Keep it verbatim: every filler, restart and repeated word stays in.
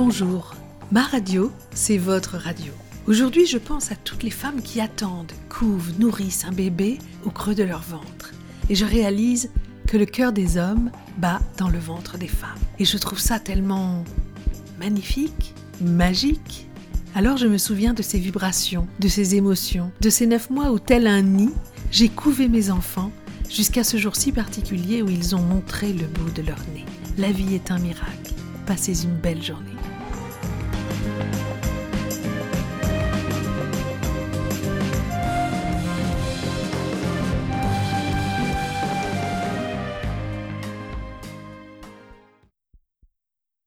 Bonjour, ma radio, c'est votre radio. Aujourd'hui, je pense à toutes les femmes qui attendent, couvent, nourrissent un bébé au creux de leur ventre. Et je réalise que le cœur des hommes bat dans le ventre des femmes. Et je trouve ça tellement magnifique, magique. Alors je me souviens de ces vibrations, de ces émotions, de ces neuf mois où, tel un nid, j'ai couvé mes enfants jusqu'à ce jour si particulier où ils ont montré le bout de leur nez. La vie est un miracle. Passez une belle journée.